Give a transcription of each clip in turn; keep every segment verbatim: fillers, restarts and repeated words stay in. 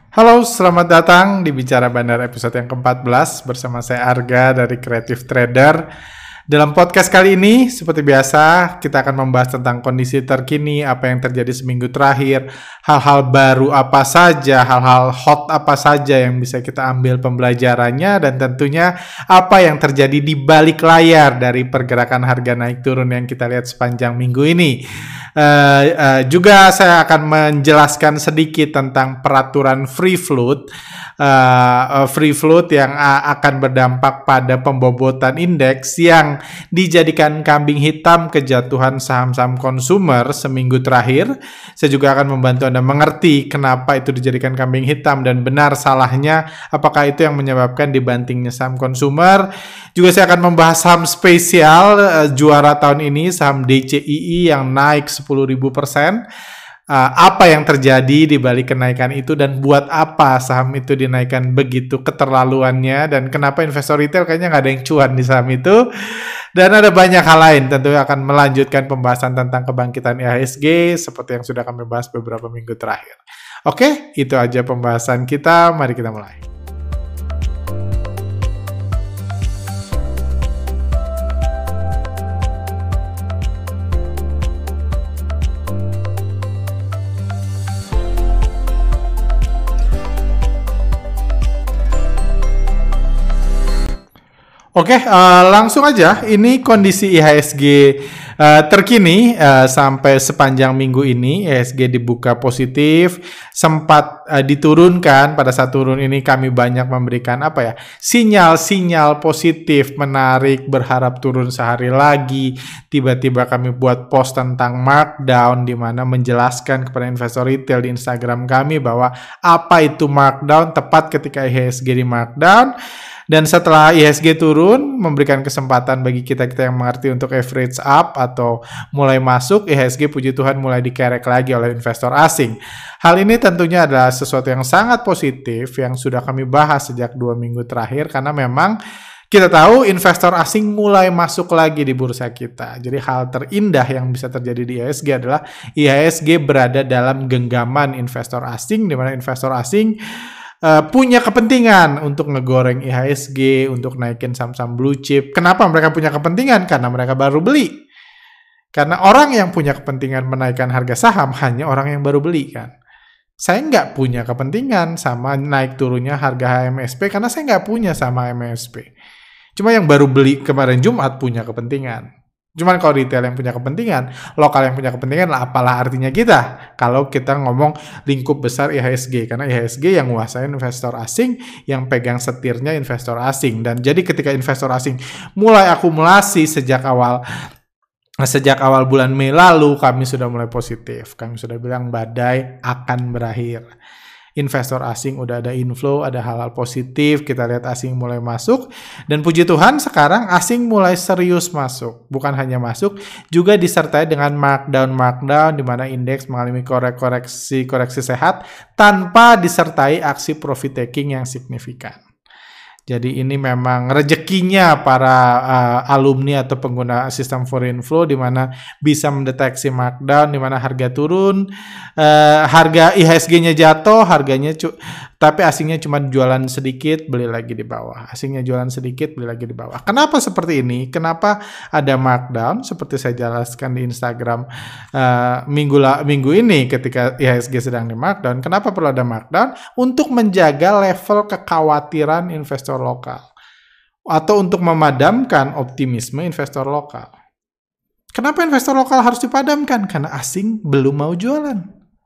Halo, selamat datang di Bicara Bandar episode yang keempat belas bersama saya Arga dari Creative Trader. Dalam podcast kali ini, seperti biasa, kita akan membahas tentang kondisi terkini, apa yang terjadi seminggu terakhir, hal-hal baru apa saja, hal-hal hot apa saja yang bisa kita ambil pembelajarannya, dan tentunya apa yang terjadi di balik layar dari pergerakan harga naik turun yang kita lihat sepanjang minggu ini. Uh, uh, juga saya akan menjelaskan sedikit tentang peraturan free float, uh, uh, free float yang uh, akan berdampak pada pembobotan indeks yang dijadikan kambing hitam kejatuhan saham-saham konsumer seminggu terakhir. Saya juga akan membantu Anda mengerti kenapa itu dijadikan kambing hitam dan benar salahnya, apakah itu yang menyebabkan dibantingnya saham konsumer. Juga saya akan membahas saham spesial uh, juara tahun ini, saham D C I I yang naik sepuluh ribu persen. Uh, apa yang terjadi di balik kenaikan itu dan buat apa saham itu dinaikkan begitu keterlaluannya, dan kenapa investor retail kayaknya nggak ada yang cuan di saham itu, dan ada banyak hal lain. Tentu akan melanjutkan pembahasan tentang kebangkitan I H S G seperti yang sudah kami bahas beberapa minggu terakhir. Oke, itu aja pembahasan kita, mari kita mulai. Oke, uh, langsung aja. Ini kondisi I H S G uh, terkini uh, sampai sepanjang minggu ini. I H S G dibuka positif, sempat uh, diturunkan. Pada saat turun ini kami banyak memberikan apa ya, sinyal-sinyal positif, menarik, berharap turun sehari lagi. Tiba-tiba kami buat post tentang markdown, di mana menjelaskan kepada investor retail di Instagram kami bahwa apa itu markdown, tepat ketika I H S G di markdown. Dan setelah I H S G turun, memberikan kesempatan bagi kita-kita yang mengerti untuk average up atau mulai masuk, I H S G puji Tuhan mulai dikerek lagi oleh investor asing. Hal ini tentunya adalah sesuatu yang sangat positif yang sudah kami bahas sejak dua minggu terakhir, karena memang kita tahu investor asing mulai masuk lagi di bursa kita. Jadi hal terindah yang bisa terjadi di I H S G adalah I H S G berada dalam genggaman investor asing, di mana investor asing Uh, punya kepentingan untuk ngegoreng I H S G, untuk naikin saham-saham blue chip. Kenapa mereka punya kepentingan? Karena mereka baru beli. Karena orang yang punya kepentingan menaikkan harga saham hanya orang yang baru beli kan. Saya nggak punya kepentingan sama naik turunnya harga H M S P karena saya nggak punya sama H M S P. Cuma yang baru beli kemarin Jumat punya kepentingan. Cuman kalau retail yang punya kepentingan, lokal yang punya kepentingan, lah apalah artinya kita kalau kita ngomong lingkup besar I H S G, karena I H S G yang nguasain investor asing, yang pegang setirnya investor asing. Dan jadi ketika investor asing mulai akumulasi sejak awal sejak awal bulan Mei lalu, kami sudah mulai positif. Kami sudah bilang badai akan berakhir. Investor asing udah ada inflow, ada hal-hal positif, kita lihat asing mulai masuk, dan puji Tuhan sekarang asing mulai serius masuk. Bukan hanya masuk, juga disertai dengan markdown-markdown di mana indeks mengalami koreksi-koreksi sehat tanpa disertai aksi profit taking yang signifikan. Jadi ini memang rezekinya para uh, alumni atau pengguna sistem foreign flow, di mana bisa mendeteksi markdown, di mana harga turun, uh, harga I H S G-nya jatuh, harganya cu- tapi asingnya cuma jualan sedikit, beli lagi di bawah. Asingnya jualan sedikit, beli lagi di bawah. Kenapa seperti ini? Kenapa ada markdown? Seperti saya jelaskan di Instagram uh, minggu la- minggu ini ketika I H S G sedang di markdown. Kenapa perlu ada markdown? Untuk menjaga level kekhawatiran investor lokal atau untuk memadamkan optimisme investor lokal. Kenapa investor lokal harus dipadamkan? Karena asing belum mau jualan.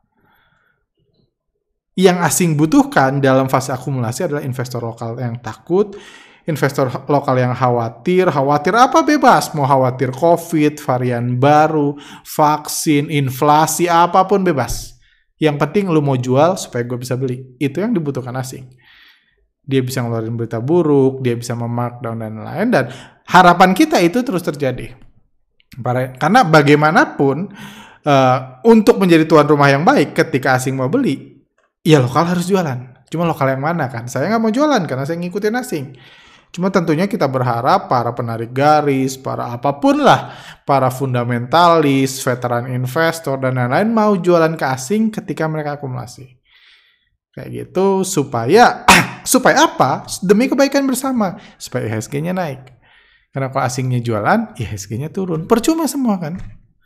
Yang asing butuhkan dalam fase akumulasi adalah investor lokal yang takut, investor lokal yang khawatir. Khawatir apa? Bebas. Mau khawatir COVID, varian baru, vaksin, inflasi, apapun bebas. Yang penting lu mau jual supaya gue bisa beli. Itu yang dibutuhkan asing. Dia bisa ngeluarin berita buruk, dia bisa memarkdown dan lain-lain, dan harapan kita itu terus terjadi. Karena bagaimanapun uh, untuk menjadi tuan rumah yang baik ketika asing mau beli, ya lokal harus jualan. Cuma lokal yang mana kan? Saya nggak mau jualan karena saya ngikutin asing. Cuma tentunya kita berharap para penarik garis, para apapun lah, para fundamentalis, veteran investor dan lain-lain mau jualan ke asing ketika mereka akumulasi. Kayak gitu supaya supaya apa? Demi kebaikan bersama, supaya I H S G-nya naik. Karena kalau asingnya jualan, I H S G-nya turun. Percuma semua kan?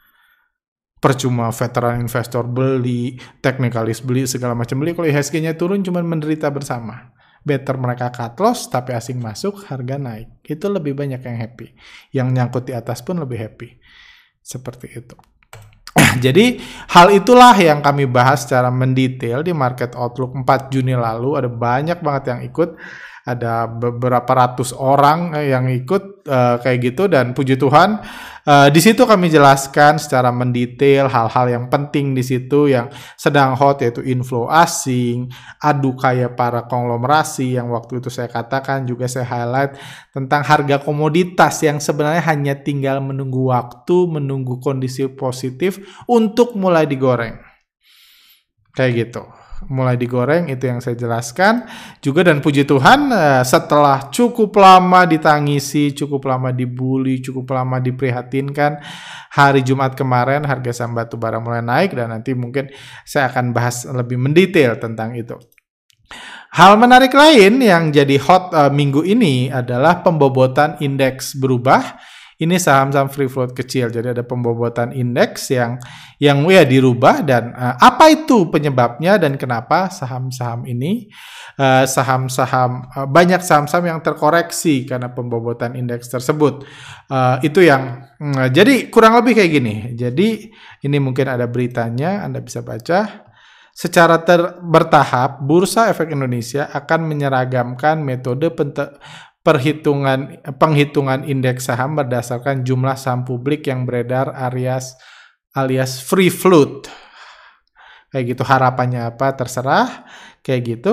Percuma veteran investor beli, technicalis beli, segala macam beli. Kalau I H S G-nya turun, cuma menderita bersama. Better mereka cut loss, tapi asing masuk, harga naik. Itu lebih banyak yang happy. Yang nyangkut di atas pun lebih happy. Seperti itu. Jadi, hal itulah yang kami bahas secara mendetail di Market Outlook empat Juni lalu. Ada banyak banget yang ikut. Ada beberapa ratus orang yang ikut uh, kayak gitu, dan puji Tuhan uh, di situ kami jelaskan secara mendetail hal-hal yang penting di situ yang sedang hot, yaitu inflow asing, adu kaya para konglomerasi yang waktu itu saya katakan, juga saya highlight tentang harga komoditas yang sebenarnya hanya tinggal menunggu waktu, menunggu kondisi positif untuk mulai digoreng. Kayak gitu. Mulai digoreng, itu yang saya jelaskan juga, dan puji Tuhan setelah cukup lama ditangisi, cukup lama dibully, cukup lama diprihatinkan, hari Jumat kemarin harga saham batu bara mulai naik, dan nanti mungkin saya akan bahas lebih mendetail tentang itu. Hal menarik lain yang jadi hot uh, minggu ini adalah pembobotan indeks berubah. Ini saham-saham free float kecil, jadi ada pembobotan indeks yang yang ya dirubah, dan uh, apa itu penyebabnya dan kenapa saham-saham ini uh, saham-saham uh, banyak saham-saham yang terkoreksi karena pembobotan indeks tersebut. Uh, itu yang uh, jadi kurang lebih kayak gini. Jadi ini mungkin ada beritanya, Anda bisa baca. Secara ter- bertahap, Bursa Efek Indonesia akan menyeragamkan metode pente- perhitungan penghitungan indeks saham berdasarkan jumlah saham publik yang beredar alias alias free float. Kayak gitu, harapannya apa terserah, kayak gitu.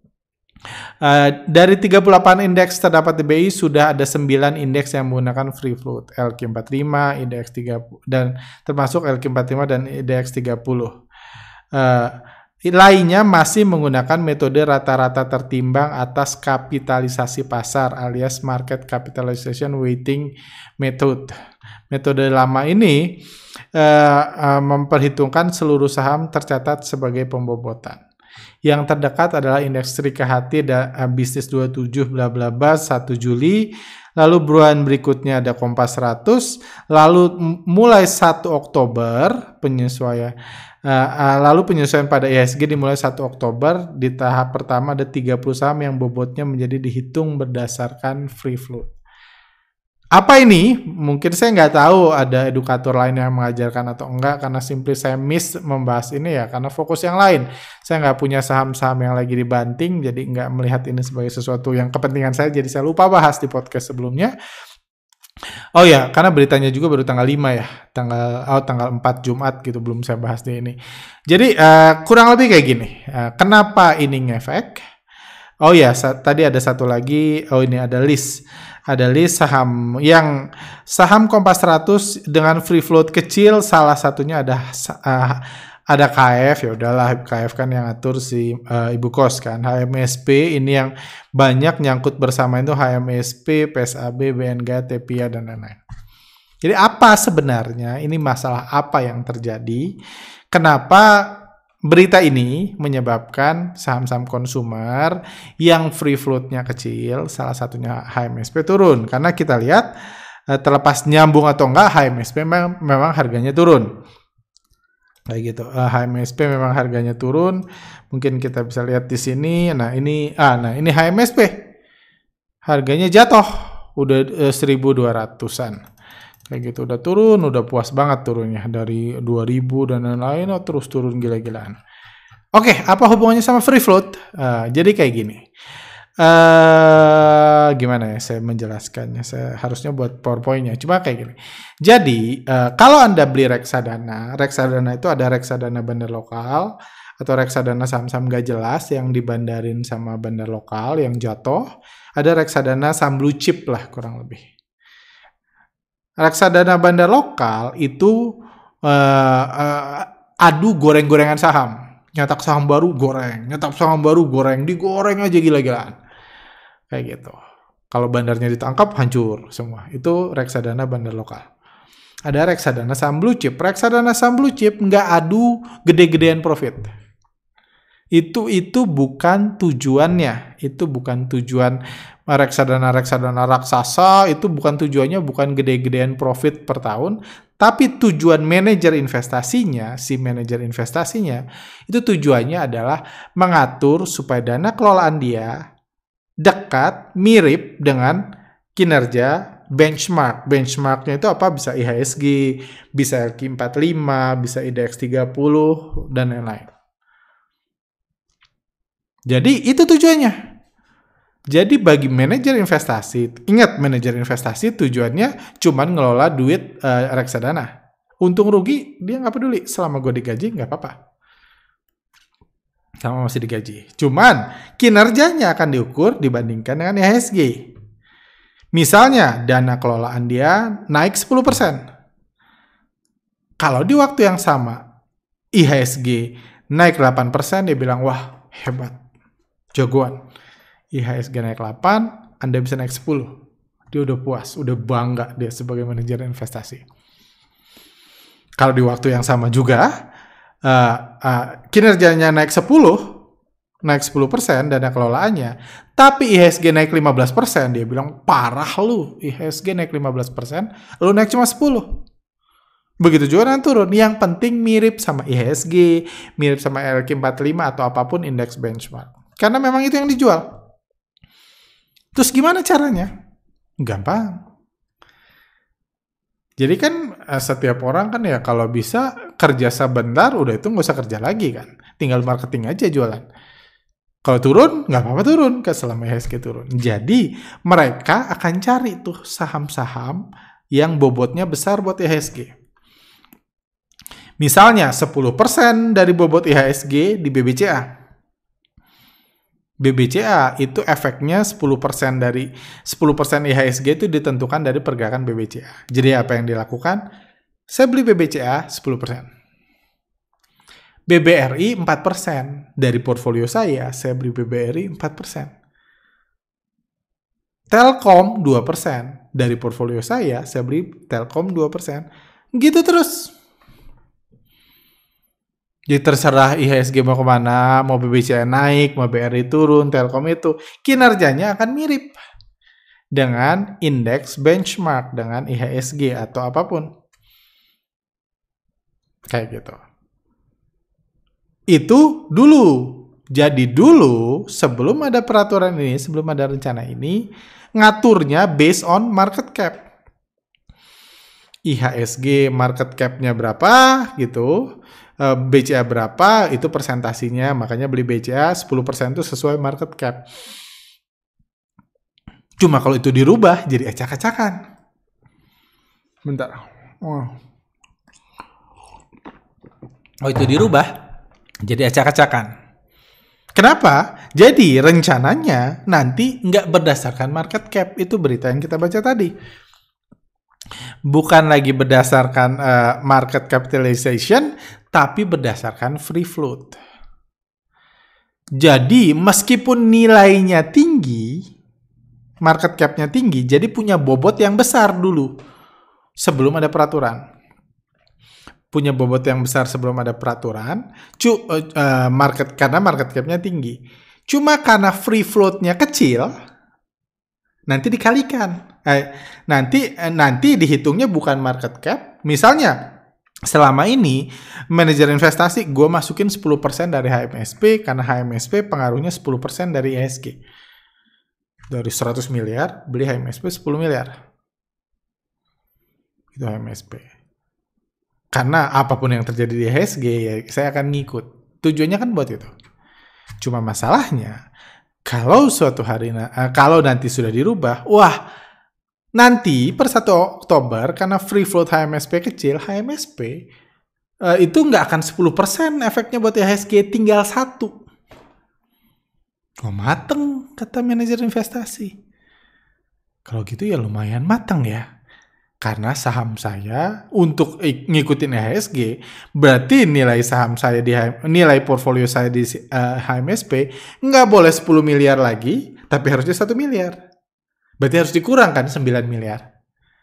Uh, dari tiga puluh delapan indeks terdapat di B I, sudah ada sembilan indeks yang menggunakan free float, L Q empat puluh lima, I D X tiga puluh, dan termasuk L Q empat puluh lima dan I D X tiga puluh. Uh, Lainnya masih menggunakan metode rata-rata tertimbang atas kapitalisasi pasar alias market capitalization weighting method. Metode lama ini uh, uh, memperhitungkan seluruh saham tercatat sebagai pembobotan. Yang terdekat adalah indeks Sri K H T dan uh, bisnis dua puluh tujuh bla bla bla satu Juli. Lalu buruan berikutnya ada Kompas seratus. Lalu mulai satu Oktober penyesuaian. Uh, uh, lalu penyesuaian pada I H S G dimulai satu Oktober. Di tahap pertama ada tiga puluh saham yang bobotnya menjadi dihitung berdasarkan free float. Apa ini? Mungkin saya nggak tahu ada edukator lain yang mengajarkan atau enggak, karena simply saya miss membahas ini ya, karena fokus yang lain. Saya nggak punya saham-saham yang lagi dibanting, jadi nggak melihat ini sebagai sesuatu yang kepentingan saya, jadi saya lupa bahas di podcast sebelumnya. Oh ya, karena beritanya juga baru tanggal lima ya, tanggal oh tanggal empat Jumat gitu, belum saya bahas di ini. Jadi uh, kurang lebih kayak gini. Uh, kenapa ini ngefek? Oh ya, sa- tadi ada satu lagi. Oh ini ada list. Ada list saham yang saham Kompas seratus dengan free float kecil, salah satunya ada uh, ada K F. Ya udahlah, K F kan yang atur si uh, Ibu Kos kan. H M S P ini yang banyak nyangkut bersama itu, H M S P, P S A B, B N G, T P I A dan lain-lain. Jadi apa sebenarnya? Ini masalah apa yang terjadi? Kenapa berita ini menyebabkan saham-saham konsumer yang free float-nya kecil, salah satunya H M S P, turun? Karena kita lihat terlepas nyambung atau enggak, H M S P memang, memang harganya turun. Kayak gitu. H M S P memang harganya turun. Mungkin kita bisa lihat di sini. Nah, ini ah nah ini H M S P. Harganya jatuh udah eh, seribu dua ratusan. Kayak gitu, udah turun, udah puas banget turunnya dari dua ribu dan lain-lain, oh, terus turun gila-gilaan. Oke, apa hubungannya sama free float? Uh, jadi kayak gini. Uh, gimana ya saya menjelaskannya? Saya harusnya buat PowerPoint-nya. Cuma kayak gini. Jadi, uh, kalau Anda beli reksadana, reksadana itu ada reksadana bandar lokal atau reksadana saham-saham gak jelas yang dibandarin sama bandar lokal yang jatuh. Ada reksadana saham blue chip lah kurang lebih. Reksadana bandar lokal itu uh, uh, adu goreng-gorengan saham. Nyetak saham baru goreng, nyetak saham baru goreng, digoreng aja gila-gilaan. Kayak gitu. Kalau bandarnya ditangkap, hancur semua. Itu reksadana bandar lokal. Ada reksadana saham blue chip. Reksadana saham blue chip nggak adu gede-gedean profit. Itu itu bukan tujuannya. Itu bukan tujuan reksadana-reksadana raksasa. Itu bukan tujuannya, bukan gede-gedean profit per tahun. Tapi tujuan manajer investasinya, si manajer investasinya, itu tujuannya adalah mengatur supaya dana kelolaan dia dekat, mirip dengan kinerja benchmark. Benchmarknya itu apa? Bisa I H S G, bisa L Q empat puluh lima, bisa I D X tiga puluh, dan lain-lain. Jadi itu tujuannya. Jadi bagi manajer investasi, ingat manajer investasi tujuannya cuma ngelola duit uh, reksadana. Untung rugi dia nggak peduli, selama gue digaji nggak apa-apa. Sama masih digaji. Cuman kinerjanya akan diukur dibandingkan dengan I H S G. Misalnya dana kelolaan dia naik sepuluh persen. Kalau di waktu yang sama I H S G naik delapan persen, dia bilang wah hebat, jagoan. I H S G naik delapan, Anda bisa naik sepuluh. Dia udah puas, udah bangga dia sebagai manajer investasi. Kalau di waktu yang sama juga, uh, uh, kinerjanya naik sepuluh, naik sepuluh persen dana kelolaannya, tapi I H S G naik lima belas persen, dia bilang, parah lu, I H S G naik lima belas persen, lu naik cuma sepuluh. Begitu juga nanti turun, yang penting mirip sama I H S G, mirip sama L Q empat puluh lima atau apapun indeks benchmark. Karena memang itu yang dijual. Terus gimana caranya? Gampang. Jadi kan setiap orang kan ya kalau bisa kerja sebentar udah itu nggak usah kerja lagi kan. Tinggal marketing aja jualan. Kalau turun nggak apa-apa turun ke selama I H S G turun. Jadi mereka akan cari tuh saham-saham yang bobotnya besar buat I H S G. Misalnya sepuluh persen dari bobot I H S G di B B C A. B B C A itu efeknya sepuluh persen dari sepuluh persen I H S G itu ditentukan dari pergerakan B B C A. Jadi apa yang dilakukan? Saya beli B B C A sepuluh persen. B B R I empat persen. Dari portfolio saya, saya beli B B R I empat persen. Telkom dua persen. Dari portfolio saya, saya beli Telkom dua persen. Gitu terus. Jadi terserah I H S G mau kemana, mau B B C A naik, mau B R I turun, Telkom itu. Kinerjanya akan mirip dengan indeks benchmark, dengan I H S G atau apapun. Kayak gitu. Itu dulu. Jadi dulu, sebelum ada peraturan ini, sebelum ada rencana ini, ngaturnya based on market cap. I H S G market cap-nya berapa gitu. B C A berapa, itu persentasinya, makanya beli B C A sepuluh persen itu sesuai market cap. Cuma kalau itu dirubah jadi acak-acakan. Bentar. Oh, oh itu dirubah jadi acak-acakan. Kenapa? Jadi rencananya nanti nggak berdasarkan market cap, itu berita yang kita baca tadi. Bukan lagi berdasarkan uh, market capitalization, tapi berdasarkan free float. Jadi meskipun nilainya tinggi, market cap-nya tinggi, jadi punya bobot yang besar dulu sebelum ada peraturan. Punya bobot yang besar sebelum ada peraturan, cu, uh, market karena market cap-nya tinggi. Cuma karena free float-nya kecil, nanti dikalikan. Eh, nanti eh, nanti dihitungnya bukan market cap. Misalnya, selama ini manajer investasi gue masukin sepuluh persen dari H M S P karena H M S P pengaruhnya sepuluh persen dari I H S G. Dari seratus miliar beli H M S P sepuluh miliar. Itu H M S P. Karena apapun yang terjadi di I H S G ya saya akan ngikut. Tujuannya kan buat itu. Cuma masalahnya kalau suatu hari uh, kalau nanti sudah dirubah, wah nanti per satu Oktober karena free float H M S P kecil, H M S P uh, itu nggak akan sepuluh persen efeknya buat I H S G, tinggal satu. Oh mateng, kata manajer investasi. Kalau gitu ya lumayan mateng ya. Karena saham saya untuk ngikutin I H S G, berarti nilai saham saya di nilai portfolio saya di uh, H M S P nggak boleh sepuluh miliar lagi, tapi harusnya satu miliar. Berarti harus dikurangkan sembilan miliar.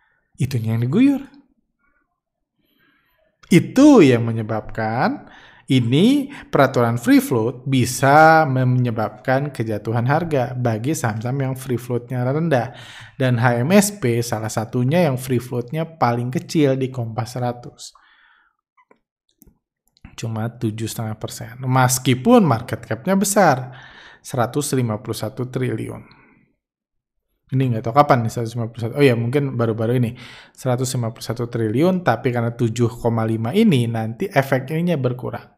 Itunya yang diguyur. Itu yang menyebabkan ini peraturan free float bisa menyebabkan kejatuhan harga bagi saham-saham yang free floatnya rendah. Dan H M S P salah satunya yang free floatnya paling kecil di Kompas seratus. Cuma tujuh koma lima persen. Meskipun market cap-nya besar, seratus lima puluh satu triliun. Ini nggak tahu kapan nih seratus lima puluh satu. Oh ya, mungkin baru-baru ini seratus lima puluh satu triliun, tapi karena tujuh koma lima ini nanti efeknya berkurang.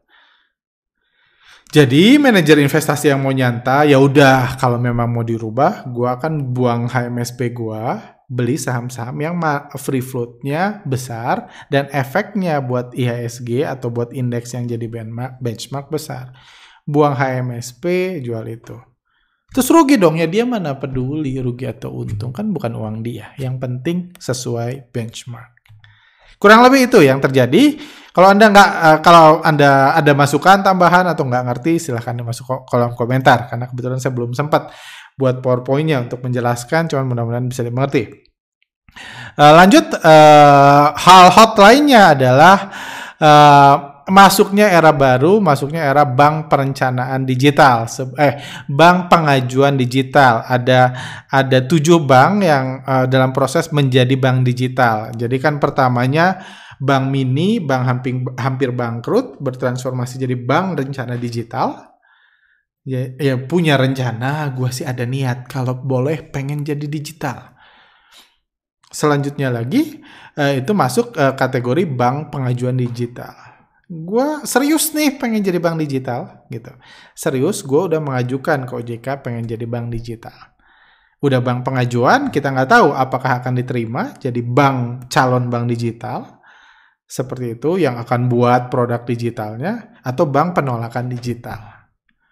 Jadi manajer investasi yang mau nyanta, ya udah kalau memang mau dirubah, gua akan buang H M S P gua, beli saham-saham yang free float-nya besar dan efeknya buat I H S G atau buat indeks yang jadi benchmark besar. Buang H M S P, jual itu. Terus rugi dong, ya dia mana peduli rugi atau untung, kan bukan uang dia. Yang penting sesuai benchmark. Kurang lebih itu yang terjadi. Kalau Anda nggak, uh, kalau Anda ada masukan tambahan atau nggak ngerti, silahkan masuk kolom komentar. Karena kebetulan saya belum sempat buat PowerPoint-nya untuk menjelaskan, cuman mudah-mudahan bisa dimengerti. Uh, lanjut, uh, hal hot lainnya adalah uh, masuknya era baru, masuknya era bank perencanaan digital, eh bank pengajuan digital. Ada ada tujuh bank yang uh, dalam proses menjadi bank digital. Jadi kan pertamanya bank mini, bank hampir hampir bangkrut, bertransformasi jadi bank rencana digital. Ya, ya punya rencana, gue sih ada niat kalau boleh pengen jadi digital. Selanjutnya lagi uh, itu masuk uh, kategori bank pengajuan digital. Gue serius nih pengen jadi bank digital gitu. Serius, gue udah mengajukan ke O J K pengen jadi bank digital. Udah bank pengajuan, kita nggak tahu apakah akan diterima jadi bank calon bank digital seperti itu yang akan buat produk digitalnya, atau bank penolakan digital.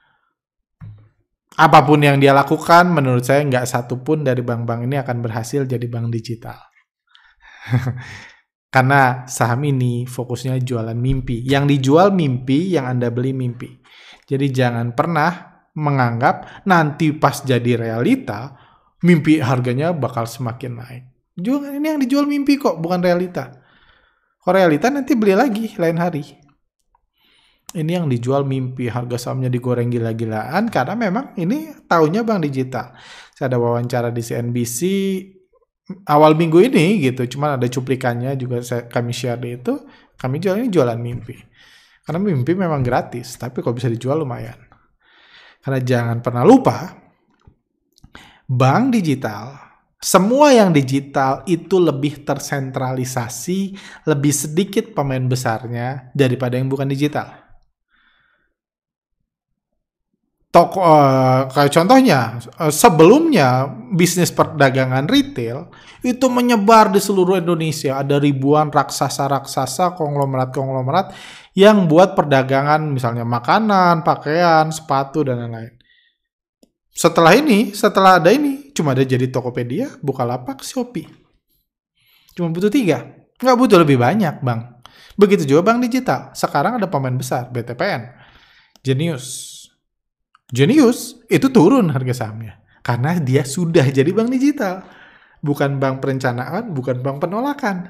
Apapun yang dia lakukan, menurut saya nggak satupun dari bank-bank ini akan berhasil jadi bank digital. Karena saham ini fokusnya jualan mimpi. Yang dijual mimpi, yang Anda beli mimpi. Jadi jangan pernah menganggap nanti pas jadi realita, mimpi harganya bakal semakin naik. Juga ini yang dijual mimpi kok, bukan realita. Kalau realita nanti beli lagi lain hari. Ini yang dijual mimpi, harga sahamnya digoreng gila-gilaan karena memang ini tahunnya bank digital. Saya ada wawancara di C N B C awal minggu ini gitu, cuman ada cuplikannya juga saya, kami share di itu. Kami jual ini jualan mimpi. Karena mimpi memang gratis, tapi kalau bisa dijual lumayan. Karena jangan pernah lupa, bank digital, semua yang digital itu lebih tersentralisasi, lebih sedikit pemain besarnya daripada yang bukan digital. Toko, uh, kayak contohnya, uh, sebelumnya bisnis perdagangan retail itu menyebar di seluruh Indonesia. Ada ribuan raksasa-raksasa, konglomerat-konglomerat yang buat perdagangan misalnya makanan, pakaian, sepatu, dan lain-lain. Setelah ini, setelah ada ini, cuma ada jadi Tokopedia, Bukalapak, Shopee. Cuma butuh tiga. Nggak butuh lebih banyak, Bang. Begitu juga bank digital. Sekarang ada pemain besar, B T P N, Genius. Genius itu turun harga sahamnya karena dia sudah jadi bank digital, bukan bank perencanaan, bukan bank penolakan.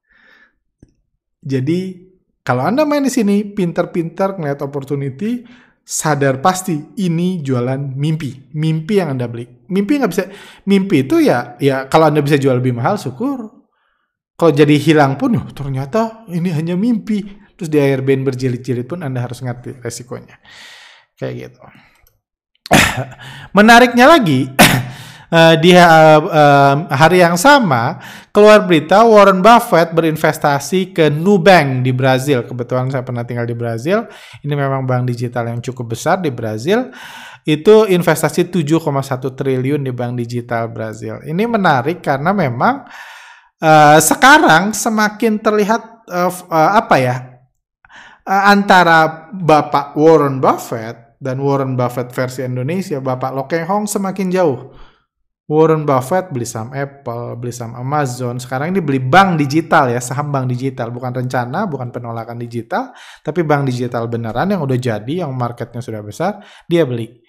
Jadi kalau Anda main di sini pintar-pintar ngeliat opportunity, sadar pasti ini jualan mimpi, mimpi yang Anda beli. Mimpi nggak bisa, mimpi itu ya ya kalau Anda bisa jual lebih mahal syukur. Kalau jadi hilang pun, oh, ternyata ini hanya mimpi. Terus di Airbnb berjilid-jilid pun Anda harus ngerti resikonya. Kayak gitu. Menariknya lagi, di hari yang sama keluar berita Warren Buffett berinvestasi ke Nubank di Brazil. Kebetulan saya pernah tinggal di Brazil. Ini memang bank digital yang cukup besar di Brazil. Itu investasi tujuh koma satu triliun di bank digital Brazil. Ini menarik karena memang uh, sekarang semakin terlihat uh, uh, apa ya uh, antara Bapak Warren Buffett dan Warren Buffett versi Indonesia, Bapak Lo Keng Hong semakin jauh. Warren Buffett beli saham Apple, beli saham Amazon. Sekarang ini beli bank digital ya, saham bank digital. Bukan rencana, bukan penolakan digital, tapi bank digital beneran yang udah jadi, yang marketnya sudah besar, dia beli.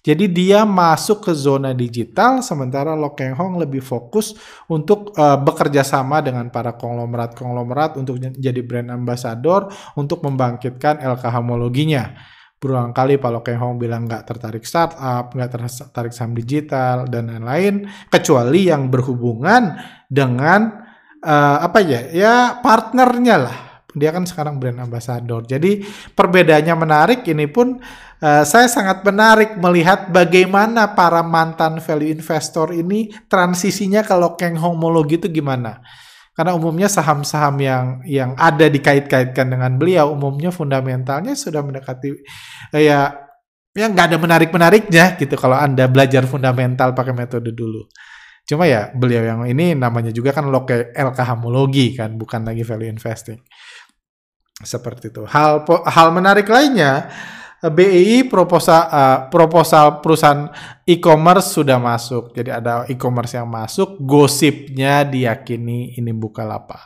Jadi dia masuk ke zona digital, sementara Lo Keng Hong lebih fokus untuk uh, bekerja sama dengan para konglomerat-konglomerat untuk jadi brand ambassador untuk membangkitkan L K Homologinya. Berulang kali Pak Lo Keng Hong bilang nggak tertarik startup, nggak tertarik saham digital, dan lain-lain, kecuali yang berhubungan dengan uh, apa ya, ya partnernya lah. Dia kan sekarang brand ambassador. Jadi perbedaannya menarik. Ini pun uh, saya sangat menarik melihat bagaimana para mantan value investor ini transisinya ke Lo Keng Homologi itu gimana. Karena umumnya saham-saham yang yang ada dikait-kaitkan dengan beliau umumnya fundamentalnya sudah mendekati uh, ya ya nggak ada menarik-menariknya gitu kalau Anda belajar fundamental pakai metode dulu. Cuma ya beliau yang ini namanya juga kan L K Homologi kan, bukan lagi value investing. Seperti itu. Hal hal menarik lainnya, B E I proposal uh, proposal perusahaan e-commerce sudah masuk. Jadi ada e-commerce yang masuk, gosipnya diyakini ini Bukalapak.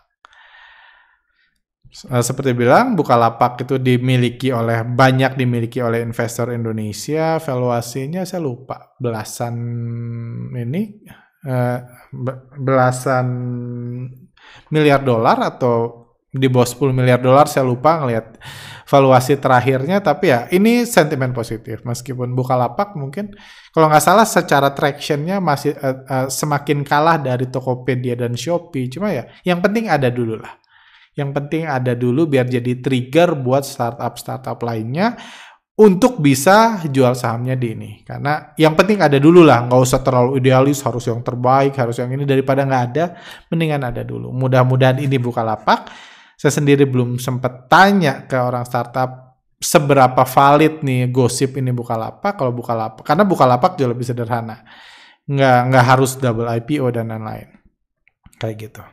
Uh, seperti bilang, Bukalapak itu dimiliki oleh banyak dimiliki oleh investor Indonesia. Valuasinya saya lupa belasan ini uh, belasan miliar dolar atau di bawah sepuluh miliar dolar, saya lupa ngelihat valuasi terakhirnya, tapi ya ini sentimen positif meskipun Bukalapak mungkin kalau nggak salah secara tractionnya masih uh, uh, semakin kalah dari Tokopedia dan Shopee. Cuma ya yang penting ada dulu lah, yang penting ada dulu biar jadi trigger buat startup-startup lainnya untuk bisa jual sahamnya di ini. Karena yang penting ada dulu lah, nggak usah terlalu idealis, harus yang terbaik, harus yang ini, daripada nggak ada, mendingan ada dulu. Mudah-mudahan ini Bukalapak. Saya sendiri belum sempat tanya ke orang startup seberapa valid nih gosip ini Bukalapak. Kalau Bukalapak, karena Bukalapak jauh lebih sederhana, nggak nggak harus double I P O dan lain-lain kayak gitu.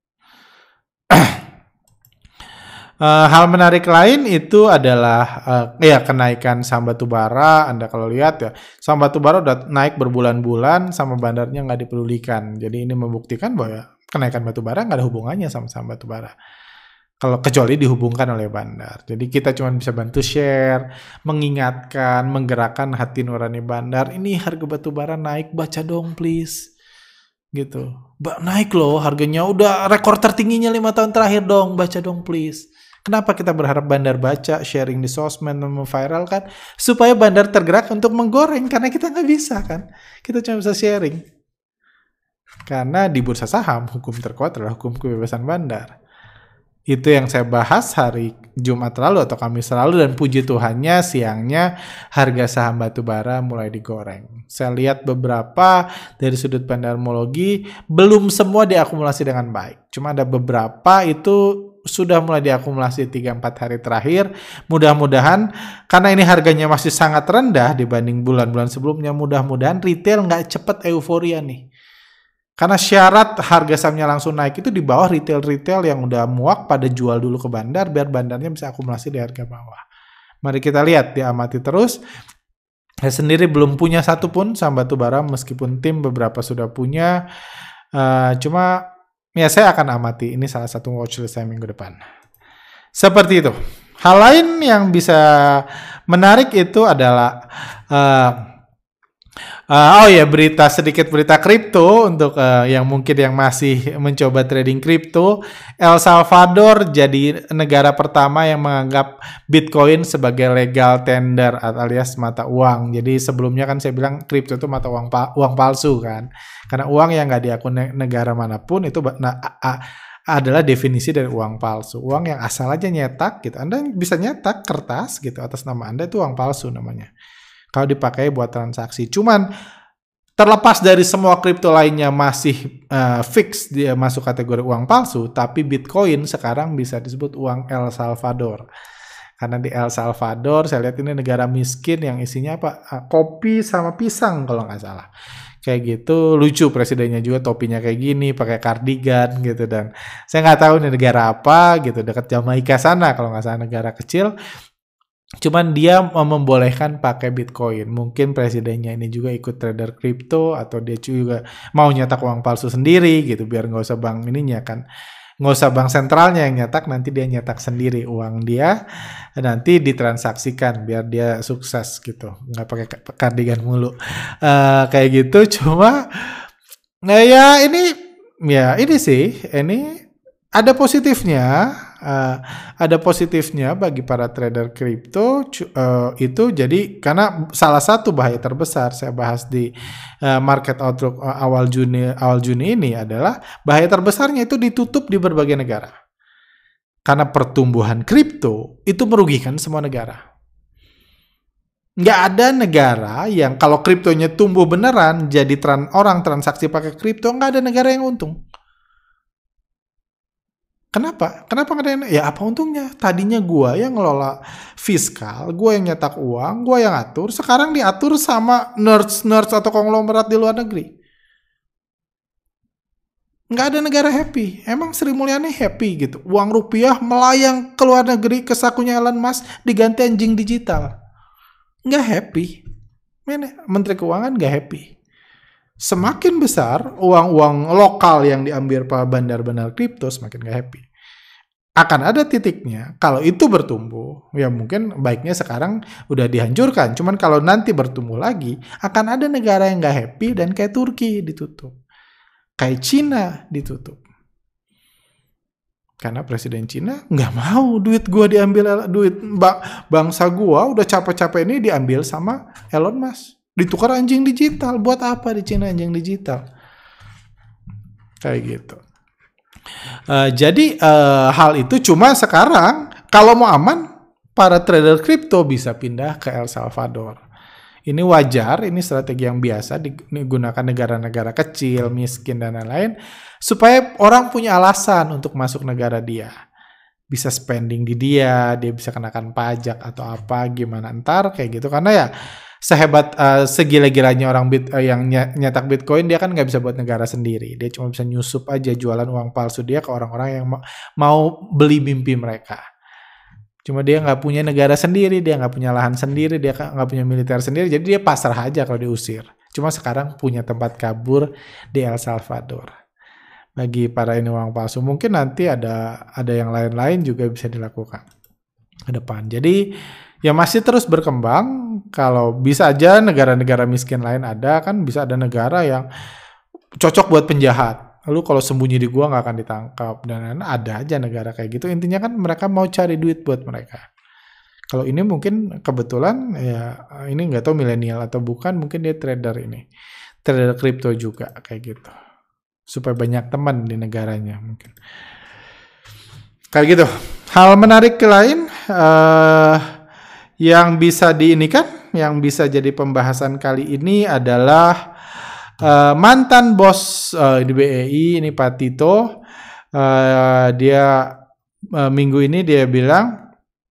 Uh, hal menarik lain itu adalah uh, ya kenaikan saham batubara. Anda kalau lihat ya, saham batubara udah naik berbulan-bulan sama bandarnya nggak dipedulikan. Jadi ini membuktikan bahwa ya, kenaikan batubara nggak ada hubungannya sama saham batubara. Kalau kecuali dihubungkan oleh bandar. Jadi kita cuma bisa bantu share, mengingatkan, menggerakkan hati nurani bandar. Ini harga batubara naik, baca dong please. Gitu. Ba naik loh harganya, udah rekor tertingginya lima tahun terakhir dong, baca dong please. Kenapa kita berharap bandar baca, sharing di sosmed, memviral kan? Supaya bandar tergerak untuk menggoreng, karena kita nggak bisa kan. Kita cuma bisa sharing. Karena di bursa saham, hukum terkuat adalah hukum kebebasan bandar. Itu yang saya bahas hari Jumat lalu atau Kamis lalu, dan puji Tuhannya siangnya harga saham batubara mulai digoreng. Saya lihat beberapa dari sudut bandarmologi belum semua diakumulasi dengan baik. Cuma ada beberapa itu sudah mulai diakumulasi tiga sampai empat hari terakhir. Mudah-mudahan karena ini harganya masih sangat rendah dibanding bulan-bulan sebelumnya, mudah-mudahan retail nggak cepet euforia nih. Karena syarat harga sahamnya langsung naik itu di bawah retail-retail yang udah muak pada jual dulu ke bandar biar bandarnya bisa akumulasi di harga bawah. Mari kita lihat, diamati terus. Saya sendiri belum punya satu pun saham batubara meskipun tim beberapa sudah punya. Uh, cuma ya saya akan amati. Ini salah satu watchlist saya minggu depan. Seperti itu. Hal lain yang bisa menarik itu adalah uh, Uh, oh ya, berita sedikit berita kripto untuk uh, yang mungkin yang masih mencoba trading kripto. El Salvador jadi negara pertama yang menganggap Bitcoin sebagai legal tender alias mata uang. Jadi sebelumnya kan saya bilang kripto itu mata uang pa uang palsu kan. Karena uang yang nggak diakui negara manapun itu nah, a, adalah definisi dari uang palsu. Uang yang asal aja nyetak gitu. Anda bisa nyetak kertas gitu atas nama Anda, itu uang palsu namanya. Kalau dipakai buat transaksi. Cuman terlepas dari semua kripto lainnya masih uh, fix dia masuk kategori uang palsu, tapi Bitcoin sekarang bisa disebut uang El Salvador. Karena di El Salvador saya lihat ini negara miskin yang isinya apa? Uh, kopi sama pisang kalau nggak salah. Kayak gitu, lucu presidennya juga topinya kayak gini, pakai kardigan gitu, dan saya nggak tahu ini negara apa gitu, dekat Jamaika sana kalau nggak salah, negara kecil. Cuman dia membolehkan pakai Bitcoin. Mungkin presidennya ini juga ikut trader kripto atau dia juga mau nyetak uang palsu sendiri gitu biar nggak usah bank ininya kan, nggak usah bank sentralnya yang nyetak, nanti dia nyetak sendiri uang dia, nanti ditransaksikan biar dia sukses gitu, nggak pakai kardigan mulu, uh, kayak gitu. Cuma nah ya ini ya ini sih ini ada positifnya. Uh, ada positifnya bagi para trader kripto uh, itu jadi karena salah satu bahaya terbesar saya bahas di uh, market outlook uh, awal Juni awal Juni ini adalah bahaya terbesarnya itu ditutup di berbagai negara karena pertumbuhan kripto itu merugikan semua negara. Nggak ada negara yang kalau kriptonya tumbuh beneran jadi tran orang transaksi pakai kripto, nggak ada negara yang untung. Kenapa? Kenapa nggak ada yang, ya apa untungnya? Tadinya gua yang ngelola fiskal, gua yang nyetak uang, gua yang atur, sekarang diatur sama nerds-nerds atau konglomerat di luar negeri. Nggak ada negara happy. Emang Sri Mulyani happy gitu. Uang rupiah melayang ke luar negeri ke sakunya Elon Musk diganti anjing digital. Nggak happy. Menteri Keuangan nggak happy. Semakin besar uang-uang lokal yang diambil para bandar-bandar kripto, semakin gak happy. Akan ada titiknya, kalau itu bertumbuh, ya mungkin baiknya sekarang udah dihancurkan. Cuman kalau nanti bertumbuh lagi, akan ada negara yang gak happy dan kayak Turki ditutup. Kayak Cina ditutup. Karena Presiden Cina gak mau duit gua diambil, duit bangsa gua udah capek-capek ini diambil sama Elon Musk. Ditukar anjing digital. Buat apa di Cina anjing digital? Kayak gitu. Uh, jadi uh, hal itu cuma sekarang kalau mau aman, para trader kripto bisa pindah ke El Salvador. Ini wajar, ini strategi yang biasa digunakan negara-negara kecil, miskin, dan lain-lain. Supaya orang punya alasan untuk masuk negara dia. Bisa spending di dia, dia bisa kenakan pajak atau apa, gimana ntar, kayak gitu. Karena ya sehebat uh, segila-gilanya orang bit, uh, yang nyetak Bitcoin, dia kan nggak bisa buat negara sendiri. Dia cuma bisa nyusup aja jualan uang palsu dia ke orang-orang yang ma mau beli mimpi mereka. Cuma dia nggak punya negara sendiri, dia nggak punya lahan sendiri, dia nggak punya militer sendiri, jadi dia pasrah aja kalau diusir. Cuma sekarang punya tempat kabur di El Salvador. Bagi para ini uang palsu, mungkin nanti ada ada yang lain-lain juga bisa dilakukan ke depan. Jadi ya masih terus berkembang. Kalau bisa aja negara-negara miskin lain ada, kan bisa ada negara yang cocok buat penjahat. Lalu kalau sembunyi di gua nggak akan ditangkap, dan ada aja negara kayak gitu. Intinya kan mereka mau cari duit buat mereka. Kalau ini mungkin kebetulan ya ini nggak tahu milenial atau bukan, mungkin dia trader ini, trader kripto juga kayak gitu, supaya banyak teman di negaranya mungkin. Kayak gitu. Hal menarik lain uh, yang bisa diinikan, yang bisa jadi pembahasan kali ini adalah uh, mantan bos uh, di B E I, ini Pak Tito. Uh, dia uh, minggu ini dia bilang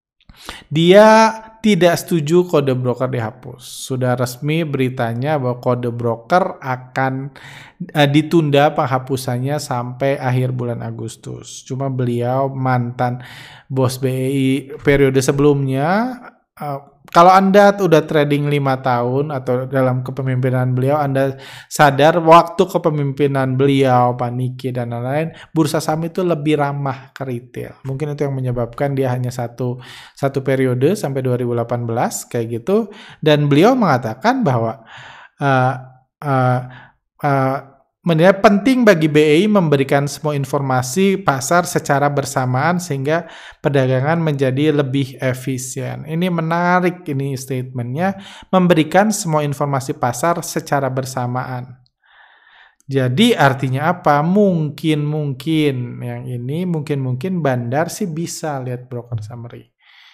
dia tidak setuju kode broker dihapus. Sudah resmi beritanya bahwa kode broker akan uh, ditunda penghapusannya sampai akhir bulan Agustus. Cuma beliau mantan bos B E I periode sebelumnya. Uh, kalau Anda udah trading lima tahun atau dalam kepemimpinan beliau, Anda sadar waktu kepemimpinan beliau, Pak Niki dan lain-lain, bursa saham itu lebih ramah ke retail. Mungkin itu yang menyebabkan dia hanya satu satu periode sampai dua ribu delapan belas kayak gitu. Dan beliau mengatakan bahwa uh, uh, uh, menilai penting bagi B E I memberikan semua informasi pasar secara bersamaan sehingga perdagangan menjadi lebih efisien. Ini menarik ini statementnya, memberikan semua informasi pasar secara bersamaan. Jadi artinya apa? Mungkin-mungkin yang ini, mungkin-mungkin bandar sih bisa lihat broker summary.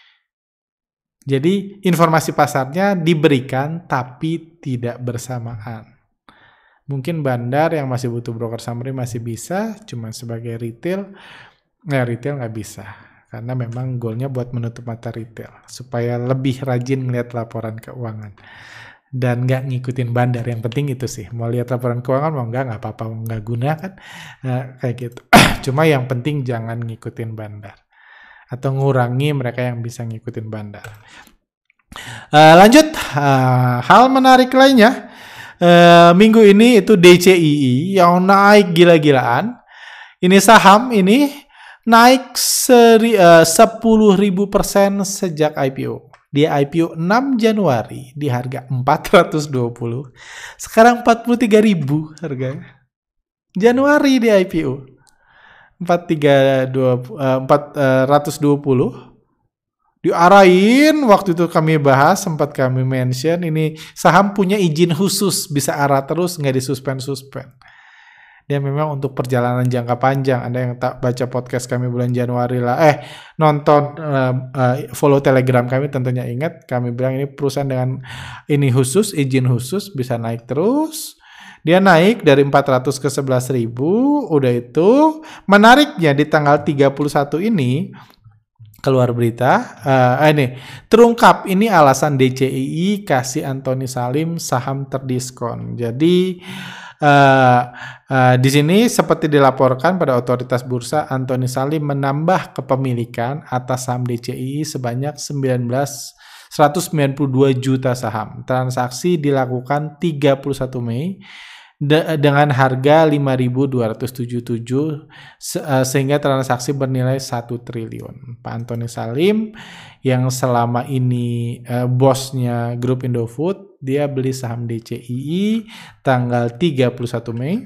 Jadi informasi pasarnya diberikan tapi tidak bersamaan. Mungkin bandar yang masih butuh broker summary masih bisa, cuma sebagai retail, ya retail nggak bisa. Karena memang goalnya buat menutup mata retail, supaya lebih rajin ngeliat laporan keuangan. Dan nggak ngikutin bandar, yang penting itu sih. Mau lihat laporan keuangan, mau nggak, nggak apa-apa, mau nggak guna kan, nah, kayak gitu. Cuma yang penting jangan ngikutin bandar. Atau ngurangi mereka yang bisa ngikutin bandar. Uh, lanjut, uh, hal menarik lainnya. Uh, minggu ini itu D C I I yang naik gila-gilaan. Ini saham ini naik seri, uh, sepuluh ribu persen sejak I P O. Dia I P O enam Januari di harga empat ratus dua puluh. Sekarang empat puluh tiga ribu harganya. Januari di I P O. empat ratus dua puluh. Diarahin, waktu itu kami bahas, sempat kami mention, ini saham punya izin khusus, bisa arah terus, nggak disuspend-suspend. Dia memang untuk perjalanan jangka panjang. Anda yang tak baca podcast kami bulan Januari lah, eh nonton, uh, uh, follow Telegram kami tentunya ingat, kami bilang ini perusahaan dengan ini khusus, izin khusus, bisa naik terus. Dia naik dari empat ratus ke sebelas ribu, udah itu. Menariknya di tanggal tiga puluh satu ini, keluar berita, uh, ini terungkap ini alasan D C I I kasih Antoni Salim saham terdiskon. Jadi uh, uh, di sini seperti dilaporkan pada otoritas bursa, Antoni Salim menambah kepemilikan atas saham D C I I sebanyak seratus sembilan puluh dua juta saham. Transaksi dilakukan tiga puluh satu Mei de- dengan harga lima ribu dua ratus tujuh puluh tujuh se- uh, sehingga transaksi bernilai satu triliun. Pak Antoni Salim yang selama ini uh, bosnya grup Indofood, dia beli saham D C I I tanggal tiga puluh satu Mei.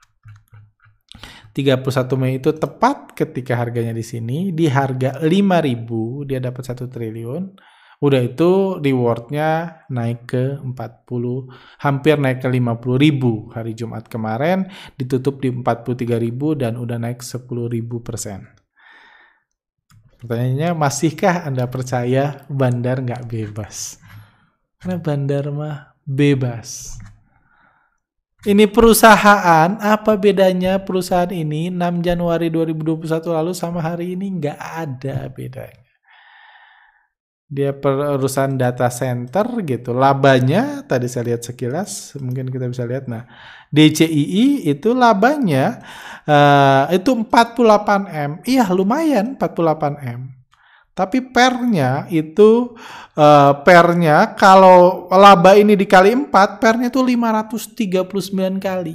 tiga puluh satu Mei itu tepat ketika harganya di sini, di harga lima ribu dia dapat satu triliun. Udah itu rewardnya naik ke empat puluh, hampir naik ke lima puluh ribu. Hari Jumat kemarin ditutup di empat puluh tiga ribu dan udah naik sepuluh ribu persen. Pertanyaannya, masihkah Anda percaya bandar nggak bebas? Karena bandar mah bebas. Ini perusahaan, apa bedanya perusahaan ini enam Januari dua ribu dua puluh satu lalu sama hari ini? Nggak ada bedanya. Dia perusahaan data center gitu. Labanya tadi saya lihat sekilas, mungkin kita bisa lihat. Nah, D C I I itu labanya uh, itu empat puluh delapan M. Iya, lumayan empat puluh delapan M. Tapi pernya itu uh, pernya kalau laba ini dikali empat, pernya itu lima ratus tiga puluh sembilan kali.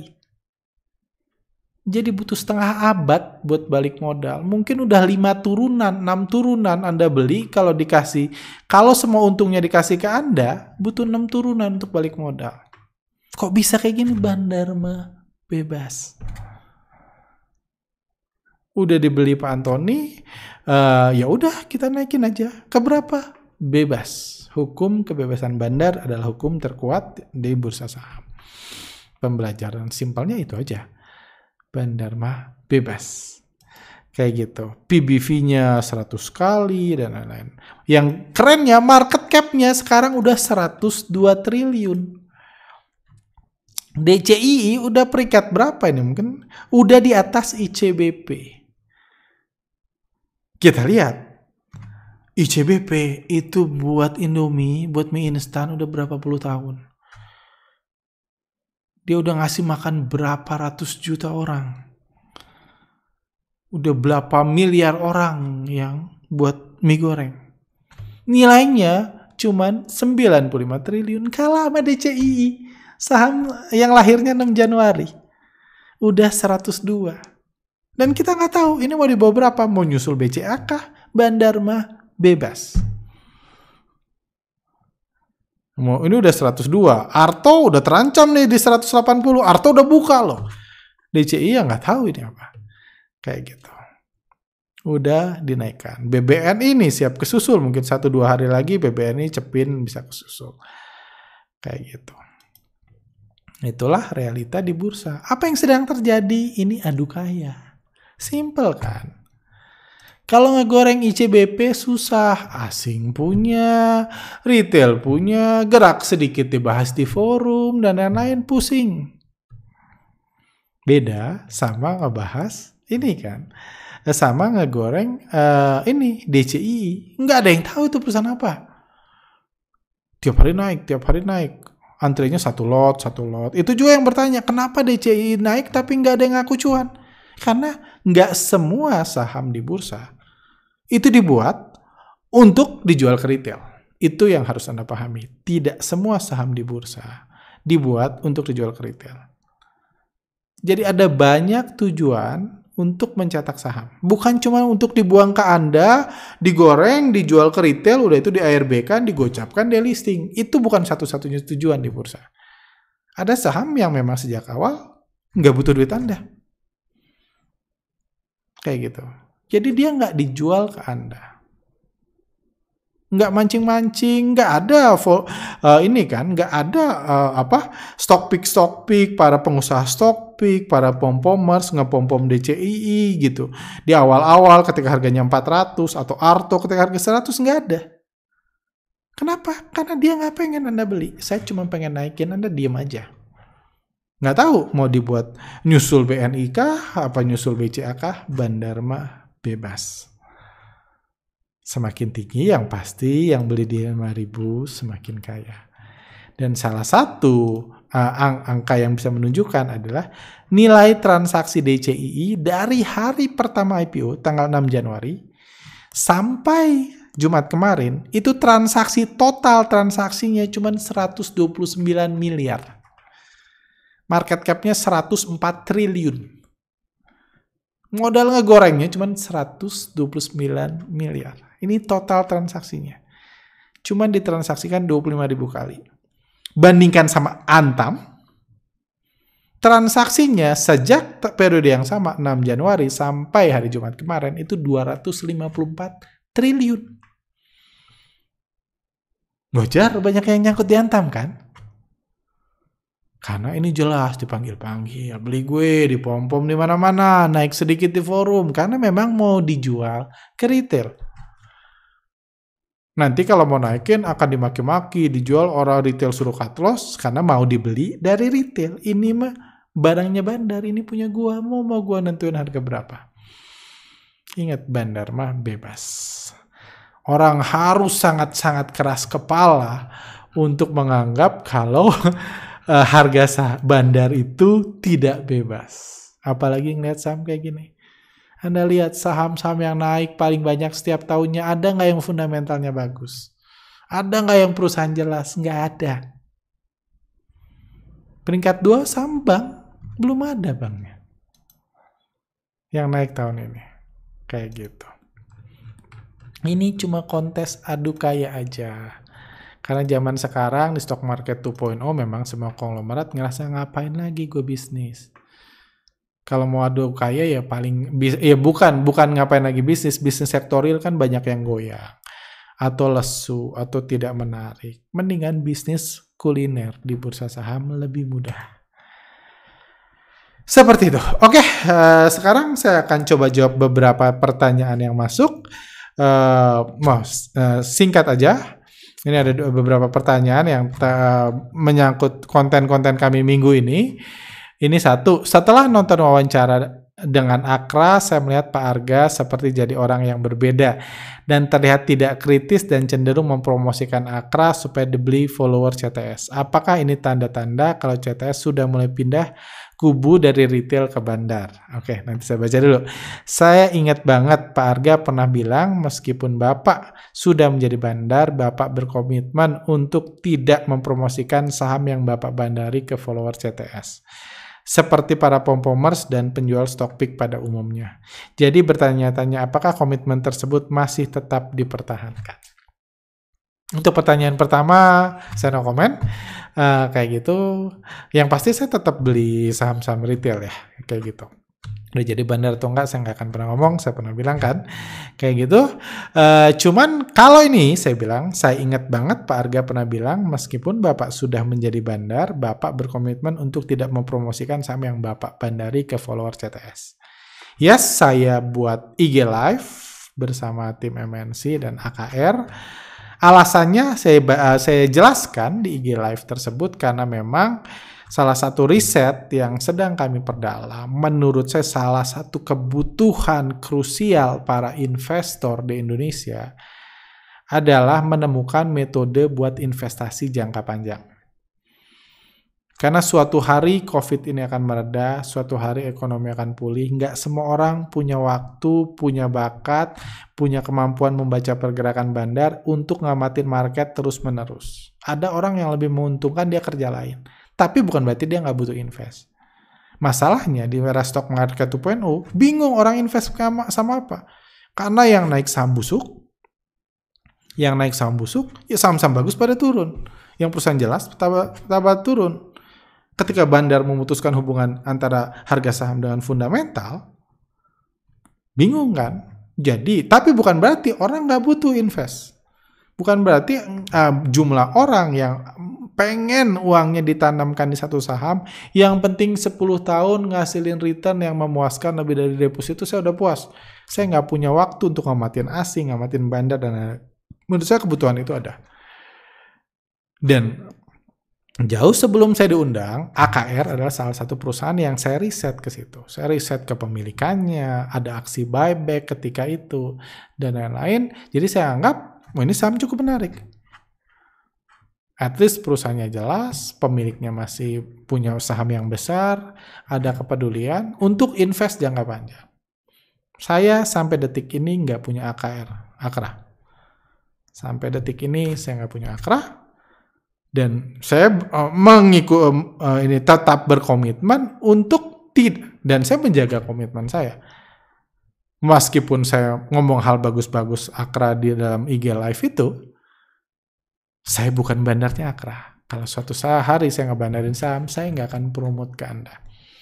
Jadi butuh setengah abad buat balik modal. Mungkin udah lima turunan, enam turunan Anda beli kalau dikasih. Kalau semua untungnya dikasih ke Anda, butuh enam turunan untuk balik modal. Kok bisa kayak gini? Bandar mah bebas. Udah dibeli Pak Antoni, uh, ya udah kita naikin aja. Ke berapa? Bebas. Hukum kebebasan bandar adalah hukum terkuat di bursa saham. Pembelajaran simpelnya itu aja. Bandar mah bebas. Kayak gitu. P B V-nya seratus kali dan lain-lain. Yang kerennya market cap-nya sekarang udah seratus dua triliun. D C I I udah peringkat berapa ini? Mungkin udah di atas I C B P. Kita lihat. I C B P itu buat Indomie, buat mie instan udah berapa puluh tahun. Dia udah ngasih makan berapa ratus juta orang. Udah berapa miliar orang yang buat mie goreng. Nilainya cuman sembilan puluh lima triliun. Kalah sama D C I I. Saham yang lahirnya enam Januari. Udah seratus dua. Dan kita nggak tahu ini mau dibawa berapa. Mau nyusul B C A kah? Bandar mah bebas. Ini udah seratus dua. Arto udah terancam nih di seratus delapan puluh. Arto udah buka loh. D C I ya nggak tahu ini apa. Kayak gitu. Udah dinaikkan. B B N ini siap kesusul. Mungkin satu dua hari lagi B B N ini cepin bisa kesusul. Kayak gitu. Itulah realita di bursa. Apa yang sedang terjadi? Ini adu kaya. Simple kan? Kalau ngegoreng I C B P susah, asing punya, retail punya, gerak sedikit dibahas di forum, dan lain-lain pusing. Beda sama ngebahas ini kan, sama ngegoreng uh, ini D C I I. Nggak ada yang tahu itu perusahaan apa. Tiap hari naik, tiap hari naik. Antrinya satu lot, satu lot. Itu juga yang bertanya, kenapa D C I I naik tapi nggak ada yang ngaku cuan? Karena nggak semua saham di bursa itu dibuat untuk dijual ke retail. Itu yang harus Anda pahami. Tidak semua saham di bursa dibuat untuk dijual ke retail. Jadi ada banyak tujuan untuk mencetak saham. Bukan cuma untuk dibuang ke Anda, digoreng, dijual ke retail, udah itu di A R B-kan, digocapkan, delisting. Itu bukan satu-satunya tujuan di bursa. Ada saham yang memang sejak awal nggak butuh duit Anda. Kayak gitu. Jadi dia nggak dijual ke Anda. Nggak mancing-mancing, nggak ada uh, ini kan, nggak ada uh, apa stock pick stock pick para pengusaha stock pick, para pom-pomers ngepom-pom D C I I gitu. Di awal-awal ketika harganya empat ratus atau Arto ketika harga seratus, nggak ada. Kenapa? Karena dia nggak pengen Anda beli. Saya cuma pengen naikin, Anda diem aja. Nggak tahu mau dibuat nyusul B N I kah, apa nyusul B C A kah, Bandar mah bebas. Semakin tinggi yang pasti yang beli di lima ribu semakin kaya. Dan salah satu uh, ang- angka yang bisa menunjukkan adalah nilai transaksi D C I I dari hari pertama I P O tanggal enam Januari sampai Jumat kemarin itu transaksi total transaksinya cuma seratus dua puluh sembilan miliar. Market cap-nya seratus empat triliun. Modal ngegorengnya cuma seratus dua puluh sembilan miliar. Ini total transaksinya. Cuman ditransaksikan dua puluh lima ribu kali. Bandingkan sama Antam, transaksinya sejak periode yang sama enam Januari sampai hari Jumat kemarin itu dua ratus lima puluh empat triliun. Wajar banyak yang nyangkut di Antam kan? Karena ini jelas dipanggil-panggil, beli gue di pom-pom di mana-mana, naik sedikit di forum karena memang mau dijual ke retail. Nanti kalau mau naikin akan dimaki-maki, dijual orang retail suruh cut loss karena mau dibeli dari retail. Ini mah barangnya Bandar, ini punya gua, mau mau gua nentuin harga berapa. Ingat Bandar mah bebas. Orang harus sangat-sangat keras kepala untuk menganggap kalau uh, harga sah- Bandar itu tidak bebas. Apalagi ngeliat saham kayak gini. Anda lihat saham-saham yang naik paling banyak setiap tahunnya, ada nggak yang fundamentalnya bagus? Ada nggak yang perusahaan jelas? Nggak ada. Peringkat dua saham bank, belum ada banknya yang naik tahun ini. Kayak gitu. Ini cuma kontes adu kaya aja. Karena zaman sekarang di stock market dua titik nol memang semua konglomerat ngerasa ngapain lagi gue bisnis. Kalau mau adu kaya ya paling ya bukan bukan ngapain lagi bisnis, bisnis sektorial kan banyak yang goyang atau lesu atau tidak menarik. Mendingan bisnis kuliner di bursa saham lebih mudah. Seperti itu. Oke, uh, sekarang saya akan coba jawab beberapa pertanyaan yang masuk. Uh, mau uh, singkat aja. Ini ada beberapa pertanyaan yang uh, menyangkut konten-konten kami minggu ini. Ini satu, setelah nonton wawancara dengan Akra, saya melihat Pak Arga seperti jadi orang yang berbeda dan terlihat tidak kritis dan cenderung mempromosikan Akra supaya dibeli follower C T S. Apakah ini tanda-tanda kalau C T S sudah mulai pindah kubu dari retail ke Bandar? Oke, nanti saya baca dulu. Saya ingat banget Pak Arga pernah bilang meskipun Bapak sudah menjadi Bandar, Bapak berkomitmen untuk tidak mempromosikan saham yang Bapak bandari ke follower C T S. Seperti para pom-pomers dan penjual stock pick pada umumnya. Jadi bertanya-tanya apakah komitmen tersebut masih tetap dipertahankan? Untuk pertanyaan pertama, saya no comment. Uh, kayak gitu. Yang pasti saya tetap beli saham-saham retail ya. Kayak gitu. Udah jadi Bandar atau enggak, saya nggak akan pernah ngomong. Saya pernah bilang kan. Kayak gitu. Uh, cuman kalau ini saya bilang, saya ingat banget Pak Arga pernah bilang, meskipun Bapak sudah menjadi Bandar, Bapak berkomitmen untuk tidak mempromosikan saham yang Bapak bandari ke follower C T S. Yes, saya buat I G Live bersama tim M N C dan A K R. Alasannya saya, uh, saya jelaskan di I G Live tersebut karena memang salah satu riset yang sedang kami perdalam, menurut saya salah satu kebutuhan krusial para investor di Indonesia adalah menemukan metode buat investasi jangka panjang. Karena suatu hari COVID ini akan mereda, suatu hari ekonomi akan pulih, nggak semua orang punya waktu, punya bakat, punya kemampuan membaca pergerakan Bandar untuk ngamatin market terus-menerus. Ada orang yang lebih menguntungkan dia kerja lain. Tapi bukan berarti dia nggak butuh invest. Masalahnya di era stock market dua titik nol, bingung orang invest sama, sama apa? Karena yang naik saham busuk, yang naik saham busuk, ya saham-saham bagus pada turun. Yang perusahaan jelas, tambah turun. Ketika bandar memutuskan hubungan antara harga saham dengan fundamental, bingung kan? Jadi, tapi bukan berarti orang nggak butuh invest. Bukan berarti uh, jumlah orang yang pengen uangnya ditanamkan di satu saham, yang penting sepuluh tahun ngasilin return yang memuaskan lebih dari deposito, saya udah puas. Saya nggak punya waktu untuk ngamatin asing, ngamatin bandar, dan lain-lain. Menurut saya kebutuhan itu ada. Dan jauh sebelum saya diundang, A K R adalah salah satu perusahaan yang saya riset ke situ. Saya riset kepemilikannya, ada aksi buyback ketika itu, dan lain-lain. Jadi saya anggap, oh ini saham cukup menarik. At least perusahaannya jelas, pemiliknya masih punya saham yang besar, ada kepedulian untuk invest jangka panjang. Saya sampai detik ini nggak punya A K R, AKRA. Sampai detik ini saya nggak punya AKRA. Dan saya uh, mengikut uh, ini tetap berkomitmen untuk tidak, dan saya menjaga komitmen saya. Meskipun saya ngomong hal bagus-bagus AKRA di dalam I G Live itu, saya bukan bandarnya AKRA. Kalau suatu hari saya ngebandarin saham, saya nggak akan promote ke Anda.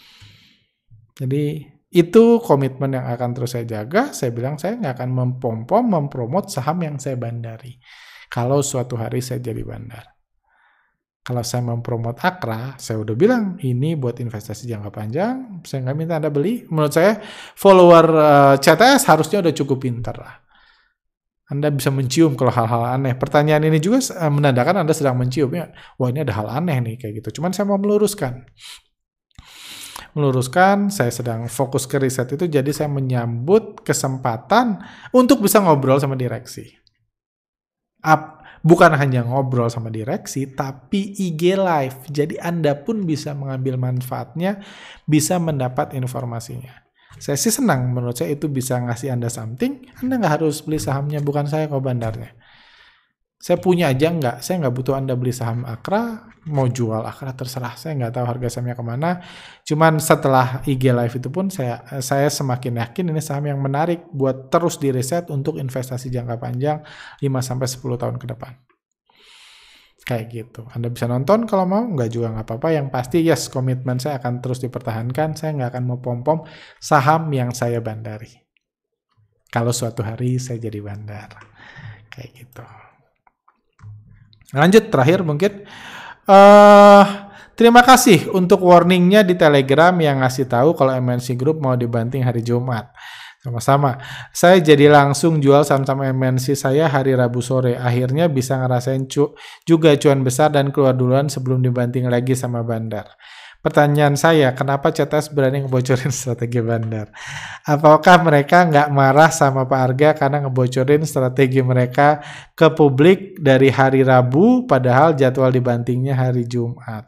Jadi itu komitmen yang akan terus saya jaga. Saya bilang saya nggak akan mempom-pom, mempromot saham yang saya bandari. Kalau suatu hari saya jadi bandar. Kalau saya mempromot AKRA, saya udah bilang ini buat investasi jangka panjang. Saya nggak minta Anda beli. Menurut saya follower uh, C T S harusnya udah cukup pintar lah. Anda bisa mencium kalau hal-hal aneh. Pertanyaan ini juga uh, menandakan Anda sedang mencium ya. Wah, ini ada hal aneh nih kayak gitu. Cuman saya mau meluruskan. Meluruskan, saya sedang fokus ke riset itu, jadi saya menyambut kesempatan untuk bisa ngobrol sama direksi. Up. Bukan hanya ngobrol sama direksi, tapi I G Live. Jadi Anda pun bisa mengambil manfaatnya, bisa mendapat informasinya. Saya sih senang, menurut saya itu bisa ngasih Anda something. Anda nggak harus beli sahamnya, bukan saya kok bandarnya. Saya punya aja nggak, saya nggak butuh Anda beli saham AKRA, mau jual AKRA terserah. Saya nggak tahu harga sahamnya kemana. Cuman setelah I G Live itu pun saya saya semakin yakin ini saham yang menarik buat terus diriset untuk investasi jangka panjang lima sampai sepuluh tahun ke depan. Kayak gitu. Anda bisa nonton kalau mau, nggak juga nggak apa-apa. Yang pasti yes, komitmen saya akan terus dipertahankan. Saya nggak akan mau pom-pom saham yang saya bandari. Kalau suatu hari saya jadi bandar. Kayak gitu. Lanjut, terakhir mungkin. Uh, terima kasih untuk warningnya di Telegram yang ngasih tahu kalau M N C Group mau dibanting hari Jumat. Sama-sama. Saya jadi langsung jual saham-saham M N C saya hari Rabu sore. Akhirnya bisa ngerasain cu juga cuan besar dan keluar duluan sebelum dibanting lagi sama bandar. Pertanyaan saya, kenapa C T S berani ngebocorin strategi bandar? Apakah mereka nggak marah sama Pak Arga karena ngebocorin strategi mereka ke publik dari hari Rabu, padahal jadwal dibantingnya hari Jumat?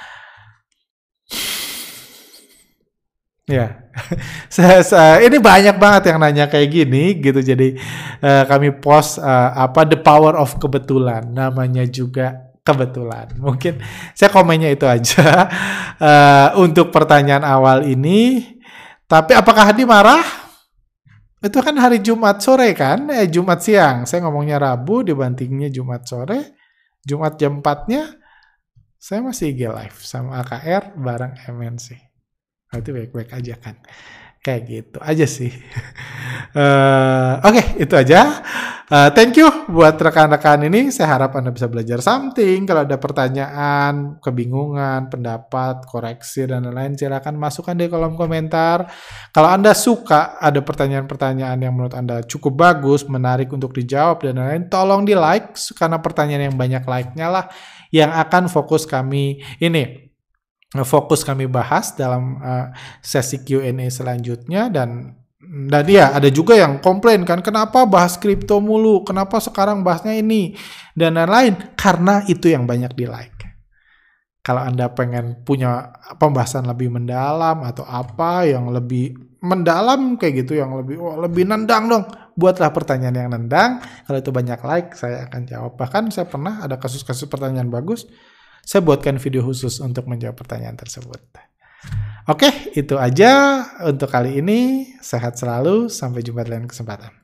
Ya, saya, saya, ini banyak banget yang nanya kayak gini, gitu. Jadi uh, kami post uh, apa the power of kebetulan, namanya juga kebetulan. Mungkin saya komennya itu aja uh, untuk pertanyaan awal ini. Tapi apakah Hadi marah? Itu kan hari Jumat sore kan? Eh Jumat siang. Saya ngomongnya Rabu, dibantingnya Jumat sore. Jumat jam empatnya saya masih I G Live sama A K R bareng M N C. Berarti baik-baik aja kan. Kayak gitu aja sih. uh, Oke, okay, itu aja. Uh, thank you buat rekan-rekan ini. Saya harap Anda bisa belajar something. Kalau ada pertanyaan, kebingungan, pendapat, koreksi, dan lain-lain, silakan masukkan di kolom komentar. Kalau Anda suka ada pertanyaan-pertanyaan yang menurut Anda cukup bagus, menarik untuk dijawab, dan lain-lain, tolong di like. Karena pertanyaan yang banyak like-nya lah yang akan fokus kami ini. Fokus kami bahas dalam uh, sesi Q and A selanjutnya. Dan dan ya ada juga yang komplain kan, kenapa bahas kripto mulu, kenapa sekarang bahasnya ini dan lain-lain. Karena itu yang banyak di like. Kalau Anda pengen punya pembahasan lebih mendalam atau apa yang lebih mendalam kayak gitu, yang lebih oh, lebih nendang dong, buatlah pertanyaan yang nendang. Kalau itu banyak like, saya akan jawab. Bahkan saya pernah ada kasus-kasus pertanyaan bagus, saya buatkan video khusus untuk menjawab pertanyaan tersebut. Oke, itu aja untuk kali ini. Sehat selalu, sampai jumpa di lain kesempatan.